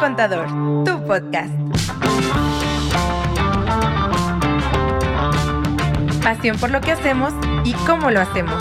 Contador, tu podcast. Pasión por lo que hacemos y cómo lo hacemos.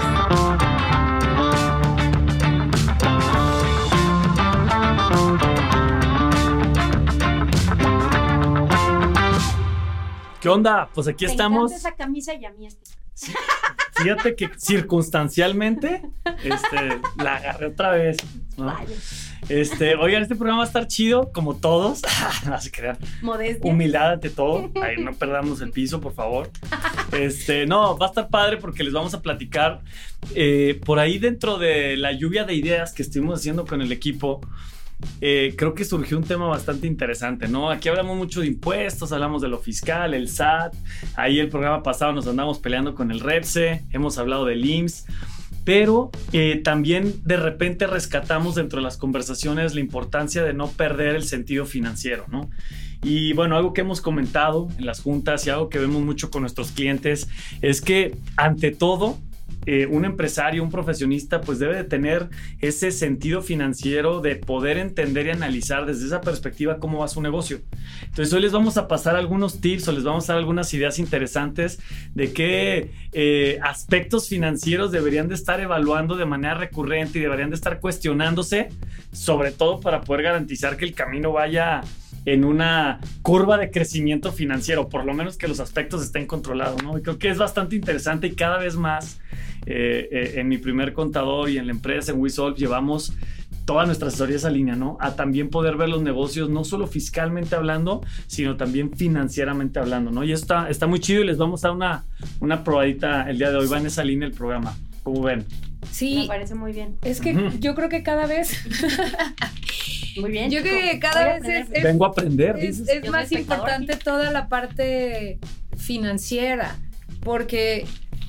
¿Qué onda? Pues aquí estamos. Me encanta esa camisa y a mí Sí, fíjate que circunstancialmente la agarré otra vez, ¿no? Oigan, este programa va a estar chido, como todos. No se crean. Modestia. Humildad ante todo. Ahí no perdamos el piso, por favor. No, va a estar padre porque les vamos a platicar por ahí dentro de la lluvia de ideas que estuvimos haciendo con el equipo. Creo que surgió un tema bastante interesante, ¿no? Aquí hablamos mucho de impuestos, hablamos de lo fiscal, el SAT. Ahí el programa pasado nos andamos peleando con el REPSE, hemos hablado del IMSS, pero también de repente rescatamos dentro de las conversaciones la importancia de no perder el sentido financiero, ¿no? Y bueno, algo que hemos comentado en las juntas y algo que vemos mucho con nuestros clientes es que ante todo un empresario, un profesionista, pues debe de tener ese sentido financiero de poder entender y analizar desde esa perspectiva cómo va su negocio. Entonces hoy les vamos a pasar algunos tips o les vamos a dar algunas ideas interesantes de qué aspectos financieros deberían de estar evaluando de manera recurrente y deberían de estar cuestionándose, sobre todo para poder garantizar que el camino vaya en una curva de crecimiento financiero, por lo menos que los aspectos estén controlados, ¿no? Y creo que es bastante interesante y cada vez más en mi primer contador y en la empresa, en WeSolve, llevamos toda nuestra asesoría a esa línea, ¿no? A también poder ver los negocios, no solo fiscalmente hablando, sino también financieramente hablando, ¿no? Y eso está muy chido y les vamos a dar una probadita el día de hoy. Va en esa línea el programa. ¿Cómo ven? Sí. Me parece muy bien. Es que yo creo que cada vez... Muy bien. Yo creo que cada vez vengo a aprender, dices. Es más importante toda la parte financiera, porque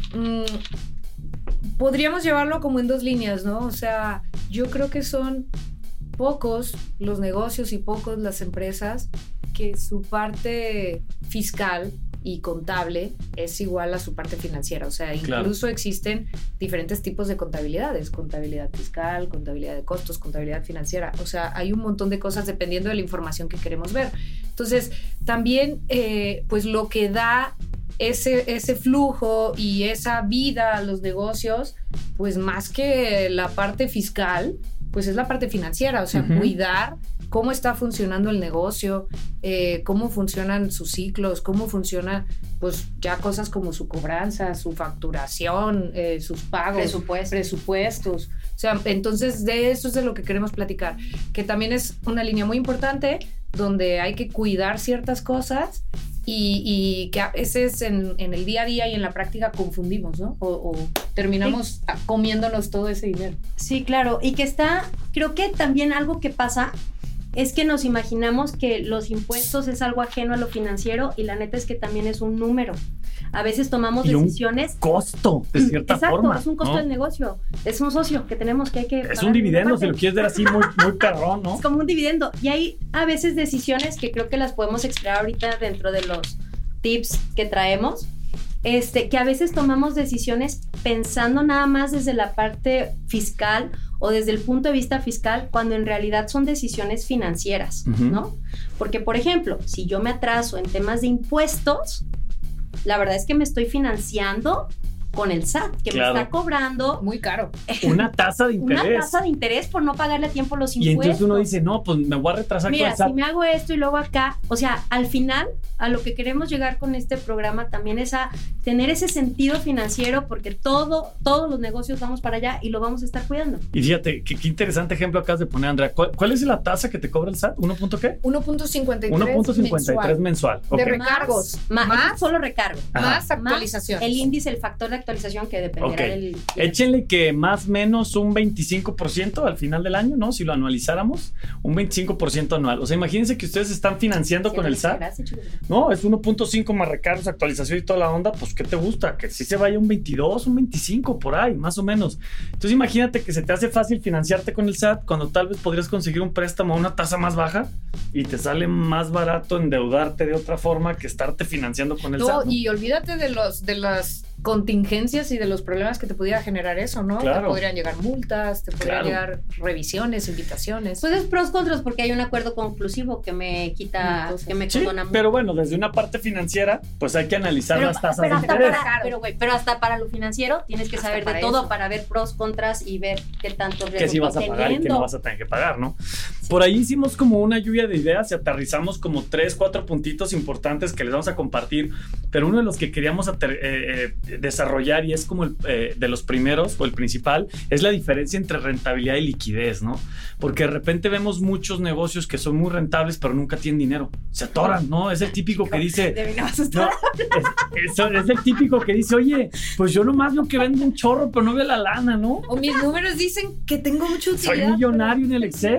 podríamos llevarlo como en dos líneas, ¿no? O sea, yo creo que son pocos los negocios y pocos las empresas que su parte fiscal y contable es igual a su parte financiera. O sea, incluso existen diferentes tipos de contabilidades: contabilidad fiscal, contabilidad de costos, contabilidad financiera. O sea, hay un montón de cosas dependiendo de la información que queremos ver. Entonces, también, pues lo que da ese flujo y esa vida a los negocios, pues más que la parte fiscal, pues es la parte financiera. O sea, cuidar cómo está funcionando el negocio, cómo funcionan sus ciclos, cómo funciona, pues ya cosas como su cobranza, su facturación, sus pagos, presupuestos. O sea, entonces de eso es de lo que queremos platicar, que también es una línea muy importante donde hay que cuidar ciertas cosas y que a veces en el día a día y en la práctica confundimos, ¿no? O terminamos comiéndonos todo ese dinero. Sí, claro. Y que creo que también algo que pasa es que nos imaginamos que los impuestos es algo ajeno a lo financiero y la neta es que también es un número. A veces tomamos decisiones... un costo, de cierta forma. Exacto, es un costo del negocio. Es un socio que tenemos que hay que... Es un dividendo, si lo quieres ver así, muy, muy perrón, ¿no? Es como un dividendo. Y hay a veces decisiones que creo que las podemos explorar ahorita dentro de los tips que traemos, que a veces tomamos decisiones pensando nada más desde la parte fiscal o desde el punto de vista fiscal, cuando en realidad son decisiones financieras, ¿no? Porque, por ejemplo, si yo me atraso en temas de impuestos, la verdad es que me estoy financiando con el SAT, que me está cobrando muy caro. Una tasa de interés. Una tasa de interés por no pagarle a tiempo los impuestos. Y entonces uno dice, no, pues me voy a retrasar con el SAT. Mira, si me hago esto y luego acá, o sea, al final, a lo que queremos llegar con este programa también es a tener ese sentido financiero, porque todos los negocios vamos para allá y lo vamos a estar cuidando. Y fíjate, qué interesante ejemplo acabas de poner, Andrea. ¿Cuál es la tasa que te cobra el SAT? ¿1. qué? 1.53 1.53 mensual. Okay. De recargos. Más solo recargo. Más actualización. El índice, el factor de actualización que dependerá del... Échenle que más o menos un 25% al final del año, ¿no? Si lo anualizáramos, un 25% anual. O sea, imagínense que ustedes están financiando con el SAT. No, es 1.5 más recargos, actualización y toda la onda. Pues, ¿qué te gusta? Que si se vaya un 22, un 25 por ahí, más o menos. Entonces, imagínate que se te hace fácil financiarte con el SAT cuando tal vez podrías conseguir un préstamo a una tasa más baja y te sale más barato endeudarte de otra forma que estarte financiando con el SAT, ¿no? Y olvídate de las contingencias y de los problemas que te pudiera generar eso, ¿no? Claro. Te podrían llegar multas, te podrían llegar revisiones, invitaciones. Pues es pros contras porque hay un acuerdo conclusivo que me quita, que me Sí, condona. pero bueno, desde una parte financiera, pues hay que analizar las tasas de interés. Pero hasta para lo financiero tienes que Hasta saber de para todo eso. para ver pros, contras y ver qué tanto riesgo Que sí vas a pagar y que no vas a tener que pagar, ¿no? Por ahí hicimos como una lluvia de ideas y aterrizamos como 3, 4 puntitos importantes que les vamos a compartir, pero uno de los que queríamos desarrollar y es como de los primeros o el principal, es la diferencia entre rentabilidad y liquidez, ¿no? Porque de repente vemos muchos negocios que son muy rentables pero nunca tienen dinero, se atoran, ¿no? Es el típico que dice... Es el típico que dice, oye, pues yo nomás veo que vendo un chorro pero no veo la lana, ¿no? O mis números dicen que tengo mucha utilidad. Soy millonario en el Excel,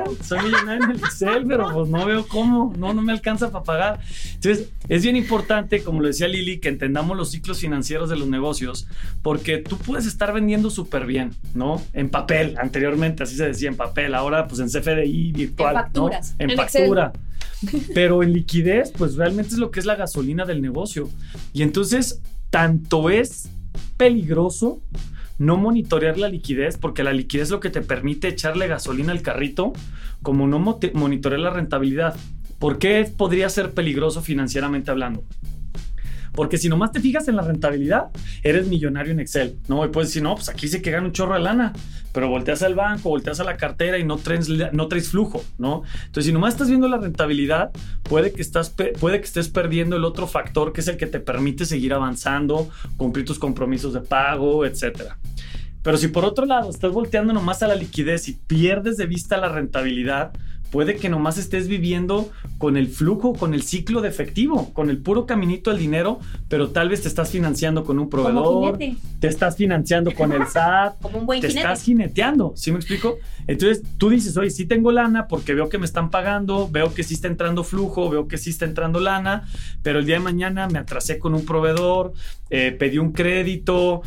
pero pues no veo cómo, no me alcanza para pagar. Entonces, es bien importante, como lo decía Lili, que entendamos los ciclos financieros de los negocios, porque tú puedes estar vendiendo súper bien, ¿no? En papel, anteriormente así se decía, en papel, ahora pues en CFDI virtual, en facturas, ¿no? En en factura. Pero en liquidez, pues realmente es lo que es la gasolina del negocio. Y entonces, tanto es peligroso no monitorear la liquidez, porque la liquidez es lo que te permite echarle gasolina al carrito, como no monitorear la rentabilidad. ¿Por qué podría ser peligroso financieramente hablando? Porque si nomás te fijas en la rentabilidad, eres millonario en Excel, ¿no? Y puedes decir, no, pues aquí se que gana un chorro de lana, pero volteas al banco, volteas a la cartera y no traes flujo, ¿no? Entonces, si nomás estás viendo la rentabilidad, puede que estés perdiendo el otro factor que es el que te permite seguir avanzando, cumplir tus compromisos de pago, etcétera. Pero si por otro lado estás volteando nomás a la liquidez y pierdes de vista la rentabilidad, puede que nomás estés viviendo con el flujo, con el ciclo de efectivo, con el puro caminito del dinero, pero tal vez te estás financiando con un proveedor, te estás financiando con el SAT, como un buen te jinete. estás jineteando, ¿sí me explico? Entonces tú dices, oye, sí tengo lana porque veo que me están pagando, veo que sí está entrando flujo, veo que sí está entrando lana, pero el día de mañana me atrasé con un proveedor, pedí un crédito,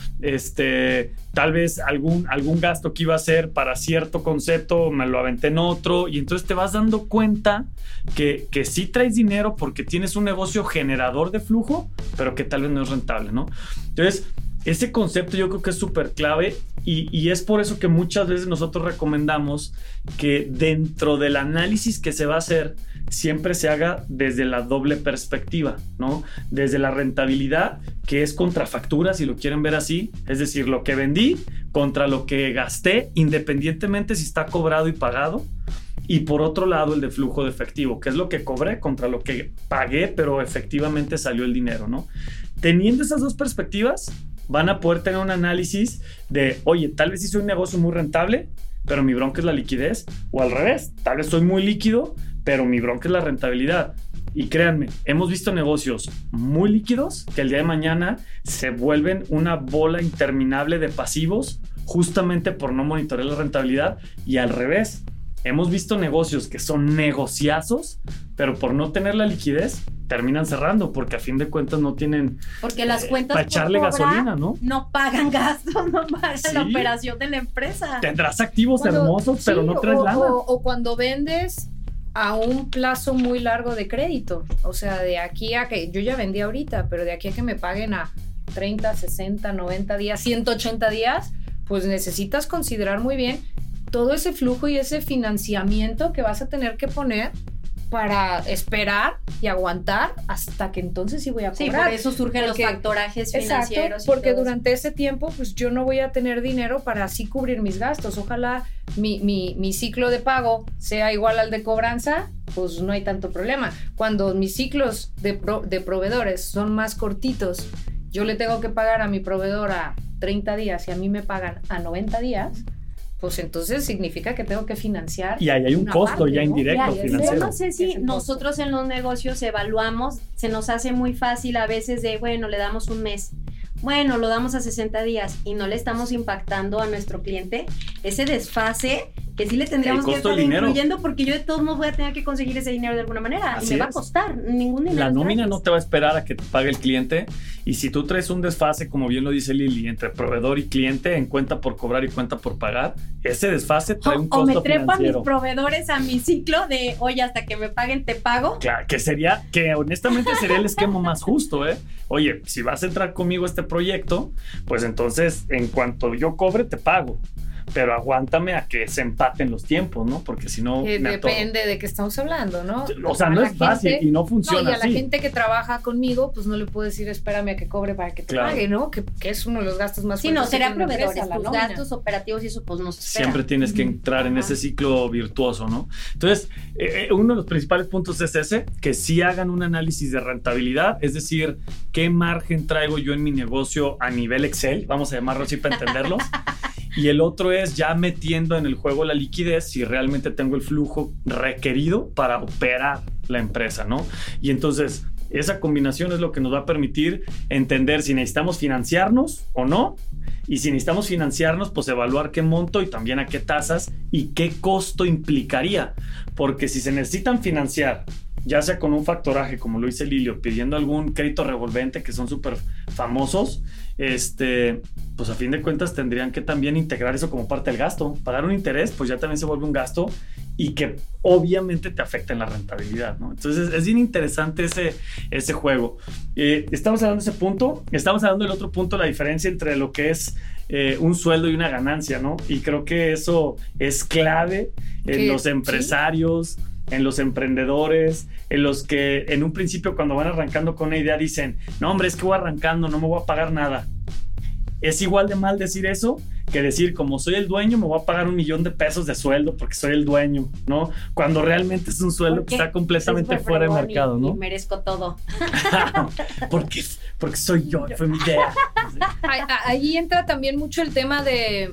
tal vez algún gasto que iba a hacer para cierto concepto me lo aventé en otro, y entonces te vas dando cuenta que sí traes dinero porque tienes un negocio generador de flujo, pero que tal vez no es rentable, ¿no? Entonces, ese concepto yo creo que es súper clave y es por eso que muchas veces nosotros recomendamos que dentro del análisis que se va a hacer siempre se haga desde la doble perspectiva, ¿no? Desde la rentabilidad, que es contra factura, si lo quieren ver así, es decir, lo que vendí contra lo que gasté, independientemente si está cobrado y pagado. Y por otro lado, el de flujo de efectivo, que es lo que cobré contra lo que pagué, pero efectivamente salió el dinero, ¿no? Teniendo esas dos perspectivas, van a poder tener un análisis de, oye, tal vez sí soy un negocio muy rentable, pero mi bronca es la liquidez. O al revés, tal vez soy muy líquido, pero mi bronca es la rentabilidad. Y créanme, hemos visto negocios muy líquidos que el día de mañana se vuelven una bola interminable de pasivos justamente por no monitorear la rentabilidad, y al revés. Hemos visto negocios que son negociazos, pero por no tener la liquidez terminan cerrando porque a fin de cuentas no tienen porque las cuentas para echarle gasolina, ¿no? No pagan gastos, no pagan Sí. la operación de la empresa. Tendrás activos hermosos, pero no traes lana. O cuando vendes a un plazo muy largo de crédito. O sea, de aquí a que yo ya vendí ahorita, pero de aquí a que me paguen a 30, 60, 90 días, 180 días, pues necesitas considerar muy bien todo ese flujo y ese financiamiento que vas a tener que poner para esperar y aguantar hasta que entonces sí voy a cobrar. Sí, por eso surgen los factorajes financieros. Exacto, porque durante ese tiempo pues yo no voy a tener dinero para así cubrir mis gastos. Ojalá mi ciclo de pago sea igual al de cobranza, pues no hay tanto problema. Cuando mis ciclos de proveedores son más cortitos, yo le tengo que pagar a mi proveedor a 30 días y a mí me pagan a 90 días, pues entonces significa que tengo que financiar. Y ahí hay un costo parte, ya ¿no? indirecto financiero. Yo no sé si nosotros en los negocios evaluamos, se nos hace muy fácil a veces de, bueno, le damos un mes, bueno, lo damos a 60 días y no le estamos impactando a nuestro cliente. Ese desfase que sí le tendríamos que estar dinero. incluyendo, porque yo de todos modos voy a tener que conseguir ese dinero de alguna manera. Así y me va a es. costar. Ningún dinero. La nómina gratis. no te va a esperar a que te pague el cliente. Y si tú traes un desfase, como bien lo dice Lili, entre proveedor y cliente, en cuenta por cobrar y cuenta por pagar, ese desfase trae un costo O me trepo a mis financiero. proveedores a mi ciclo de, oye, hasta que me paguen te pago. Claro, que honestamente sería el esquema más justo, ¿eh? Oye, si vas a entrar conmigo a este proyecto, pues entonces en cuanto yo cobre te pago. Pero aguántame a que se empaten los tiempos, ¿no? Porque si no me atoro. Depende de qué estamos hablando, ¿no? O sea, no es fácil y no funciona No, y a la así. gente que trabaja conmigo, pues no le puedo decir espérame a que cobre para que te Claro. pague, ¿no? Que es uno de los gastos más Sí, no, fuertes que será tiene una proveedores, empresa, la tus nómina. gastos operativos y eso pues nos espera. Siempre tienes que entrar en ese ciclo virtuoso, ¿no? Entonces, uno de los principales puntos es ese, que sí hagan un análisis de rentabilidad, es decir, qué margen traigo yo en mi negocio a nivel Excel, vamos a llamarlo así para entenderlos. Y el otro es ya metiendo en el juego la liquidez, si realmente tengo el flujo requerido para operar la empresa, ¿no? Y entonces esa combinación es lo que nos va a permitir entender si necesitamos financiarnos o no. Y si necesitamos financiarnos, pues evaluar qué monto y también a qué tasas y qué costo implicaría. Porque si se necesitan financiar, ya sea con un factoraje, como lo dice Lilio, pidiendo algún crédito revolvente, que son súper famosos, pues a fin de cuentas tendrían que también integrar eso como parte del gasto. Pagar un interés, pues ya también se vuelve un gasto y que obviamente te afecta en la rentabilidad, ¿no? Entonces es bien interesante ese juego. Estamos hablando de ese punto, estamos hablando del otro punto, la diferencia entre lo que es un sueldo y una ganancia, ¿no? Y creo que eso es clave en los empresarios, en los emprendedores, en los que en un principio cuando van arrancando con una idea dicen, no hombre, es que voy arrancando, no me voy a pagar nada. Es igual de mal decir eso que decir, como soy el dueño, me voy a pagar $1,000,000 de sueldo porque soy el dueño, ¿no? Cuando realmente es un sueldo que está completamente fuera de mercado, ¿no? Y merezco todo. porque soy yo, fue mi idea. Ahí entra también mucho el tema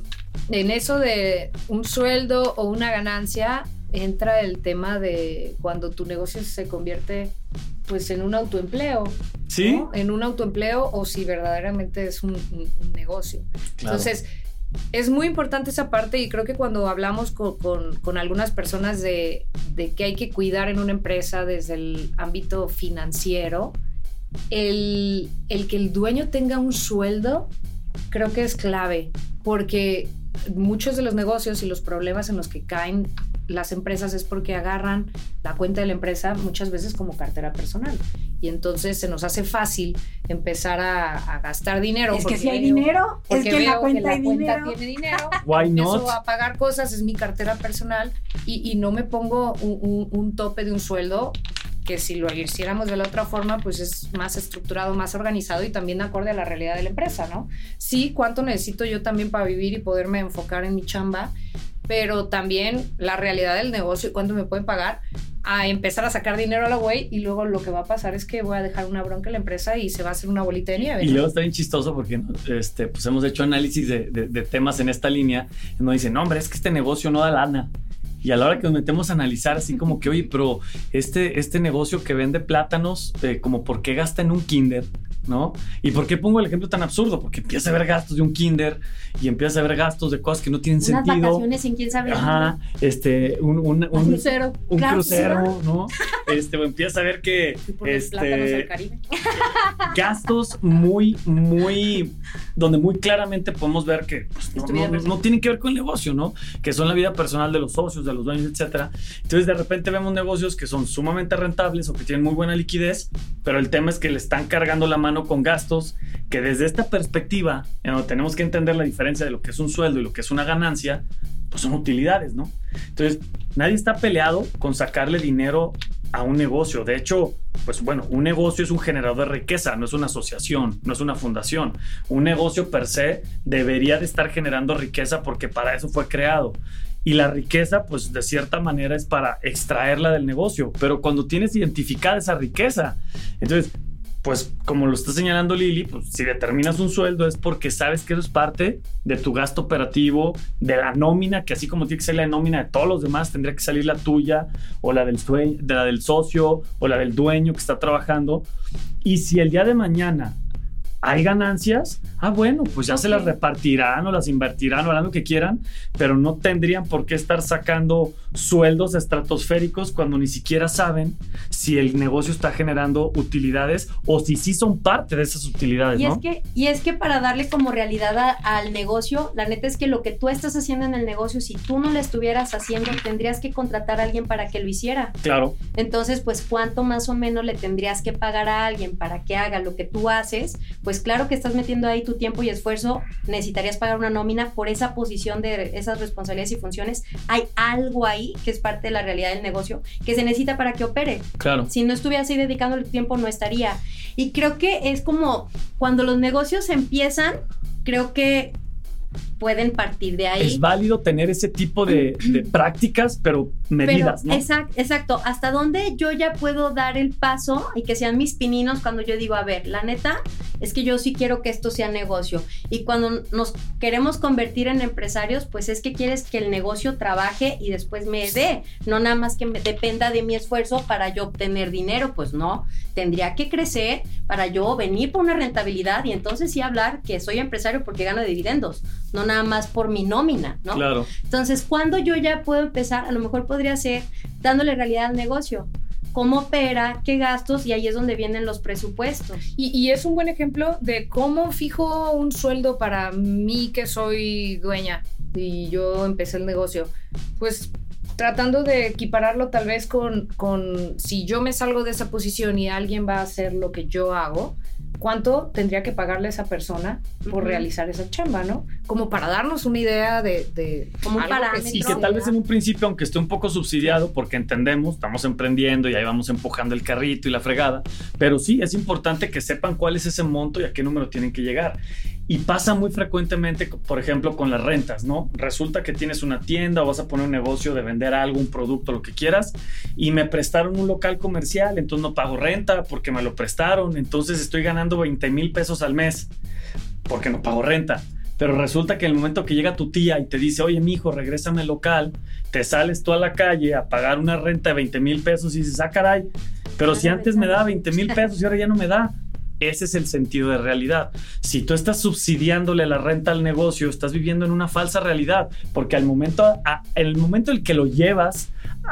en eso de un sueldo o una ganancia, entra el tema de cuando tu negocio se convierte pues en un autoempleo. ¿Sí? ¿No? En un autoempleo o si verdaderamente es un negocio. Claro. Entonces, es muy importante esa parte y creo que cuando hablamos con algunas personas de que hay que cuidar en una empresa desde el ámbito financiero, el que el dueño tenga un sueldo creo que es clave, porque muchos de los negocios y los problemas en los que caen las empresas es porque agarran la cuenta de la empresa muchas veces como cartera personal y entonces se nos hace fácil empezar a gastar dinero. Es que si hay dinero, es que la cuenta hay dinero. Tiene dinero. Why not? Empiezo a pagar cosas, es mi cartera personal y no me pongo un tope de un sueldo que si lo hiciéramos de la otra forma, pues es más estructurado, más organizado y también acorde a la realidad de la empresa, ¿no? Sí, cuánto necesito yo también para vivir y poderme enfocar en mi chamba, pero también la realidad del negocio y cuánto me pueden pagar, a empezar a sacar dinero a la güey y luego lo que va a pasar es que voy a dejar una bronca en la empresa y se va a hacer una bolita de nieve. Y luego está bien chistoso porque pues hemos hecho análisis de temas en esta línea y nos dicen, no hombre, es que este negocio no da lana. Y a la hora que nos metemos a analizar así como que, oye, pero este negocio que vende plátanos, como por qué gasta en un kinder, ¿no? ¿Y por qué pongo el ejemplo tan absurdo? Porque empieza a haber gastos de un kinder y empieza a haber gastos de cosas que no tienen Unas sentido. vacaciones sin quién sabe. Ajá, un crucero. Un Claro, crucero, ¿no? Empieza a ver que Y por los plátanos al Caribe. gastos muy, donde muy claramente podemos ver que pues, no tienen que ver con el negocio, ¿no? Que son la vida personal de los socios, de los dueños, etcétera. Entonces, de repente vemos negocios que son sumamente rentables o que tienen muy buena liquidez, pero el tema es que le están cargando la mano con gastos que desde esta perspectiva, en donde tenemos que entender la diferencia de lo que es un sueldo y lo que es una ganancia, pues son utilidades, ¿no? Entonces, nadie está peleado con sacarle dinero a un negocio. De hecho, pues bueno, un negocio es un generador de riqueza, no es una asociación, no es una fundación. Un negocio per se debería de estar generando riqueza porque para eso fue creado. Y la riqueza, pues de cierta manera es para extraerla del negocio. Pero cuando tienes identificada esa riqueza, entonces, pues como lo está señalando Lili, pues si determinas un sueldo es porque sabes que eso es parte de tu gasto operativo, de la nómina, que así como tiene que ser la nómina de todos los demás, tendría que salir la tuya o la del socio o la del dueño que está trabajando. Y si el día de mañana hay ganancias, bueno, pues ya se las repartirán o las invertirán o harán lo que quieran, pero no tendrían por qué estar sacando sueldos estratosféricos cuando ni siquiera saben si el negocio está generando utilidades o si sí son parte de esas utilidades, ¿no? Y es que para darle como realidad al negocio, la neta es que lo que tú estás haciendo en el negocio, si tú no lo estuvieras haciendo, tendrías que contratar a alguien para que lo hiciera. Claro. Entonces, pues, ¿cuánto más o menos le tendrías que pagar a alguien para que haga lo que tú haces? Pues claro que estás metiendo ahí tu tiempo y esfuerzo, necesitarías pagar una nómina por esa posición de esas responsabilidades y funciones. Hay algo ahí que es parte de la realidad del negocio que se necesita para que opere. Claro. Si no estuvieras ahí dedicándole tu tiempo, no estaría. Y creo que es como cuando los negocios empiezan, creo que pueden partir de ahí. Es válido tener ese tipo de prácticas, pero medidas, ¿no? Exacto. ¿Hasta dónde yo ya puedo dar el paso y que sean mis pininos cuando yo digo, a ver, la neta es que yo sí quiero que esto sea negocio? Y cuando nos queremos convertir en empresarios, pues es que quieres que el negocio trabaje y después me dé, no nada más que dependa de mi esfuerzo para yo obtener dinero. Pues no, tendría que crecer para yo venir por una rentabilidad y entonces sí hablar que soy empresario porque gano dividendos, no nada más por mi nómina, ¿no? Claro. Entonces, ¿cuándo yo ya puedo empezar? A lo mejor podría ser dándole realidad al negocio. ¿Cómo opera? ¿Qué gastos? Y ahí es donde vienen los presupuestos. Y es un buen ejemplo de cómo fijo un sueldo para mí que soy dueña y yo empecé el negocio. Pues tratando de equipararlo tal vez con si yo me salgo de esa posición y alguien va a hacer lo que yo hago, ¿cuánto tendría que pagarle a esa persona por realizar esa chamba, ¿no? Como para darnos una idea de como un parámetro. Y que tal vez en un principio, aunque esté un poco subsidiado, porque entendemos, estamos emprendiendo y ahí vamos empujando el carrito y la fregada, pero sí, es importante que sepan cuál es ese monto y a qué número tienen que llegar. Y pasa muy frecuentemente, por ejemplo, con las rentas, ¿no? Resulta que tienes una tienda o vas a poner un negocio de vender algo, un producto, lo que quieras, y me prestaron un local comercial, entonces no pago renta porque me lo prestaron, entonces estoy ganando 20,000 pesos al mes porque no pago renta. Pero resulta que en el momento que llega tu tía y te dice, oye, mijo, regrésame al local, te sales tú a la calle a pagar una renta de 20,000 pesos y dices, caray, pero si antes me daba 20,000 pesos y ahora ya no me da. Ese es el sentido de realidad. Si tú estás subsidiándole la renta al negocio, estás viviendo en una falsa realidad, porque en el momento en que lo llevas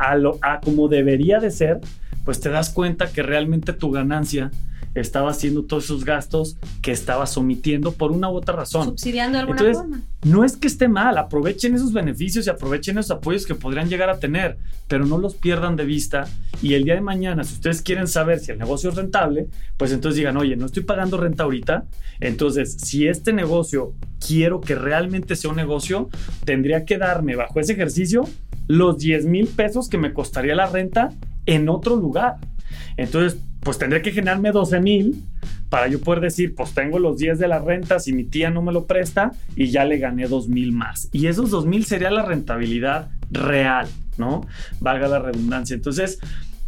a como debería de ser, pues te das cuenta que realmente tu ganancia estaba haciendo todos esos gastos que estabas omitiendo por una u otra razón. Subsidiando de alguna forma. No es que esté mal, aprovechen esos beneficios y aprovechen esos apoyos que podrían llegar a tener, pero no los pierdan de vista. Y el día de mañana, si ustedes quieren saber si el negocio es rentable, pues entonces digan, oye, no estoy pagando renta ahorita, entonces si este negocio quiero que realmente sea un negocio, tendría que darme bajo ese ejercicio los 10,000 pesos que me costaría la renta en otro lugar. Entonces, pues tendría que generarme 12,000 para yo poder decir, pues tengo los 10 de la renta si mi tía no me lo presta y ya le gané 2,000 más. Y esos 2,000 sería la rentabilidad real, ¿no? Valga la redundancia. Entonces,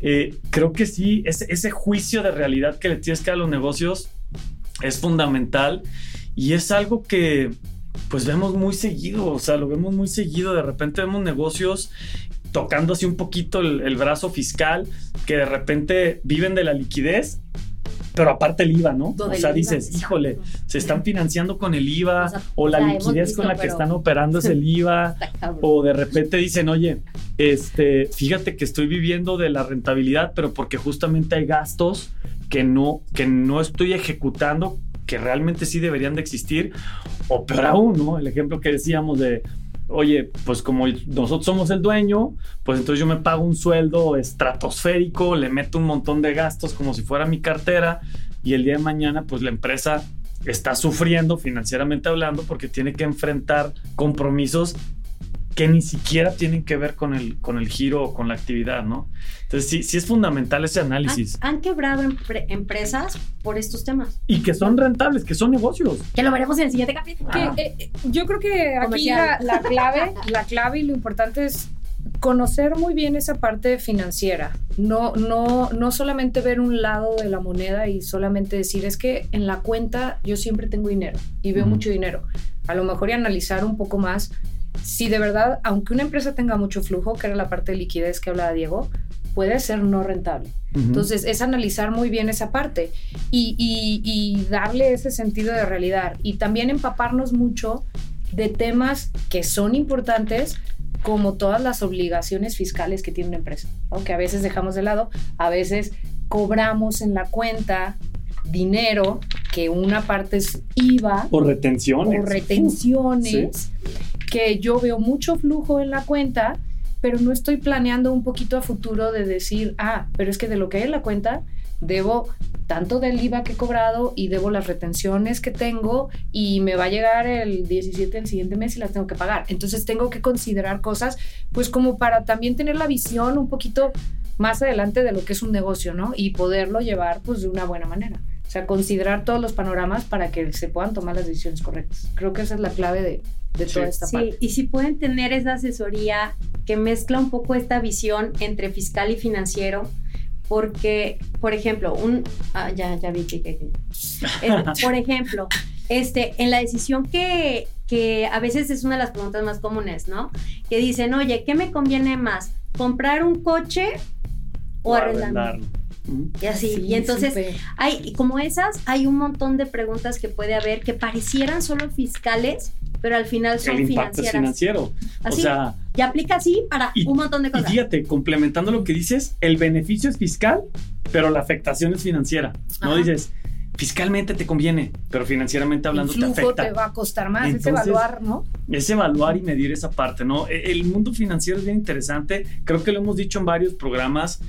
creo que sí, ese juicio de realidad que le tienes que dar a los negocios es fundamental y es algo que pues vemos muy seguido, o sea, lo vemos muy seguido. De repente vemos negocios tocando así un poquito el brazo fiscal, que de repente viven de la liquidez, pero aparte el IVA, ¿no? O sea, dices, híjole, se están financiando con el IVA, o la liquidez con la que están operando es el IVA, o de repente dicen, oye, fíjate que estoy viviendo de la rentabilidad, pero porque justamente hay gastos que no estoy ejecutando, que realmente sí deberían de existir, o peor aún, ¿no? El ejemplo que decíamos de, oye, pues como nosotros somos el dueño, pues entonces yo me pago un sueldo estratosférico, le meto un montón de gastos como si fuera mi cartera y el día de mañana pues la empresa está sufriendo financieramente hablando porque tiene que enfrentar compromisos que ni siquiera tienen que ver con el giro o con la actividad, ¿no? Entonces sí es fundamental ese análisis. Han quebrado empresas por estos temas. Y que son rentables, que son negocios. Que lo veremos en el siguiente capítulo. Yo creo que aquí la clave y lo importante es conocer muy bien esa parte financiera. No solamente ver un lado de la moneda y solamente decir, es que en la cuenta yo siempre tengo dinero y veo mucho dinero. A lo mejor y analizar un poco más si de verdad, aunque una empresa tenga mucho flujo, que era la parte de liquidez que hablaba Diego, puede ser no rentable. Entonces, es analizar muy bien esa parte y darle ese sentido de realidad. Y también empaparnos mucho de temas que son importantes, como todas las obligaciones fiscales que tiene una empresa, ¿no? Que a veces dejamos de lado, a veces cobramos en la cuenta dinero, que una parte es IVA. O retenciones. Sí. Que yo veo mucho flujo en la cuenta, pero no estoy planeando un poquito a futuro de decir, pero es que de lo que hay en la cuenta, debo tanto del IVA que he cobrado y debo las retenciones que tengo y me va a llegar el 17 del siguiente mes y las tengo que pagar. Entonces tengo que considerar cosas, pues como para también tener la visión un poquito más adelante de lo que es un negocio, ¿no? Y poderlo llevar pues de una buena manera. O sea, considerar todos los panoramas para que se puedan tomar las decisiones correctas. Creo que esa es la clave de toda esta parte. Sí, y si pueden tener esa asesoría que mezcla un poco esta visión entre fiscal y financiero, porque, por ejemplo, ya vi que por ejemplo, en la decisión que a veces es una de las preguntas más comunes, ¿no? Que dicen, oye, ¿qué me conviene más? ¿Comprar un coche o arrendarlo? Y así, sí, y entonces hay un montón de preguntas que puede haber que parecieran solo fiscales, pero al final son financieras. El impacto es financiero. Así, o sea, y aplica así para un montón de cosas. Y fíjate, complementando lo que dices, el beneficio es fiscal, pero la afectación es financiera. No dices, fiscalmente te conviene, pero financieramente hablando te afecta. El flujo te va a costar más. Entonces, es evaluar, ¿no? Es evaluar y medir esa parte, ¿no? El mundo financiero es bien interesante. Creo que lo hemos dicho en varios programas.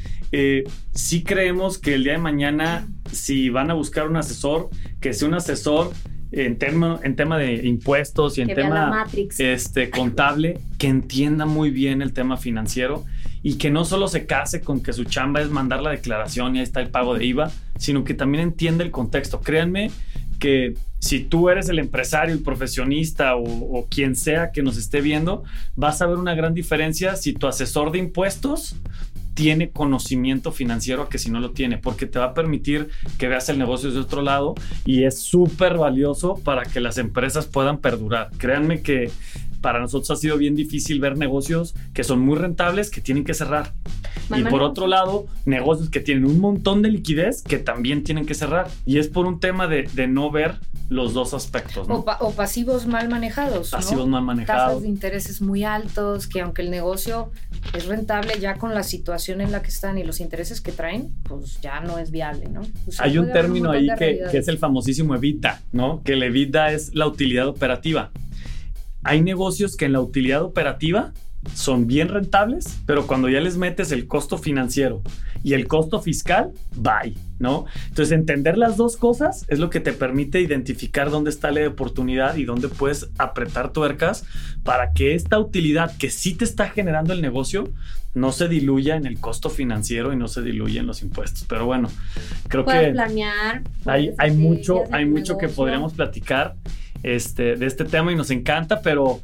Sí creemos que el día de mañana, si van a buscar un asesor, que sea un asesor en tema de impuestos y en tema contable, que entienda muy bien el tema financiero y que no solo se case con que su chamba es mandar la declaración y ahí está el pago de IVA, sino que también entienda el contexto. Créanme que si tú eres el empresario, el profesionista o quien sea que nos esté viendo, vas a ver una gran diferencia si tu asesor de impuestos tiene conocimiento financiero a que si no lo tiene, porque te va a permitir que veas el negocio desde otro lado y es súper valioso para que las empresas puedan perdurar. Créanme que para nosotros ha sido bien difícil ver negocios que son muy rentables que tienen que cerrar. Y por otro lado, negocios que tienen un montón de liquidez que también tienen que cerrar. Y es por un tema de no ver los dos aspectos, ¿no? O pasivos mal manejados, pasivos mal manejados. Tasas de intereses muy altos, que aunque el negocio es rentable, ya con la situación en la que están y los intereses que traen, pues ya no es viable, ¿no? O sea, hay un término ahí que es el famosísimo EBITDA, ¿no? Que el EBITDA es la utilidad operativa. Hay negocios que en la utilidad operativa son bien rentables, pero cuando ya les metes el costo financiero y el costo fiscal, bye, ¿no? Entonces, entender las dos cosas es lo que te permite identificar dónde está la oportunidad y dónde puedes apretar tuercas para que esta utilidad que sí te está generando el negocio no se diluya en el costo financiero y no se diluya en los impuestos. Pero bueno, creo que planear, hay mucho que podríamos platicar de este tema y nos encanta, pero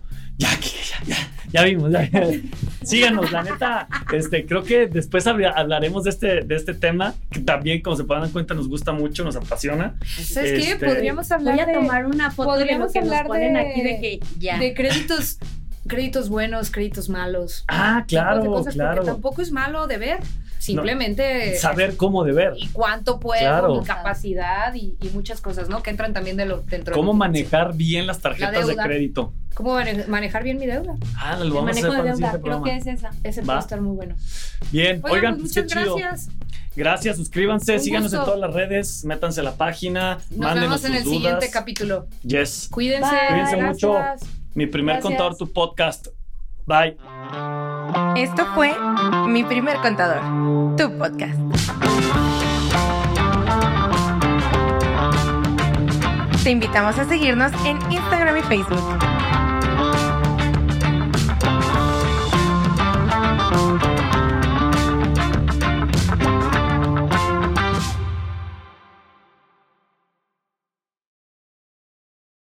ya vimos. Síganos, la neta. Creo que después hablaremos de este tema que también, como se pueden dar cuenta, nos gusta mucho, nos apasiona. ¿Sabes qué? Podríamos hablar Voy a tomar una foto de lo que nos ponen aquí de créditos buenos, créditos malos. Claro, cosas, claro. Porque tampoco es malo de ver. Simplemente saber cómo deber y cuánto puedo, mi capacidad y muchas cosas, ¿no? Que entran también dentro. Cómo manejar bien las tarjetas de crédito. ¿Cómo manejar bien mi deuda? Lo vamos a hacer para el siguiente programa. Creo que es esa. Ese puede estar muy bueno. Bien, oigan, pues muchas gracias. Gracias, suscríbanse, síganos en todas las redes, métanse a la página, nos vemos en el siguiente capítulo. Yes. Cuídense mucho. Mi primer contador, tu podcast. Bye. Esto fue Mi Primer Contador, tu podcast. Te invitamos a seguirnos en Instagram y Facebook.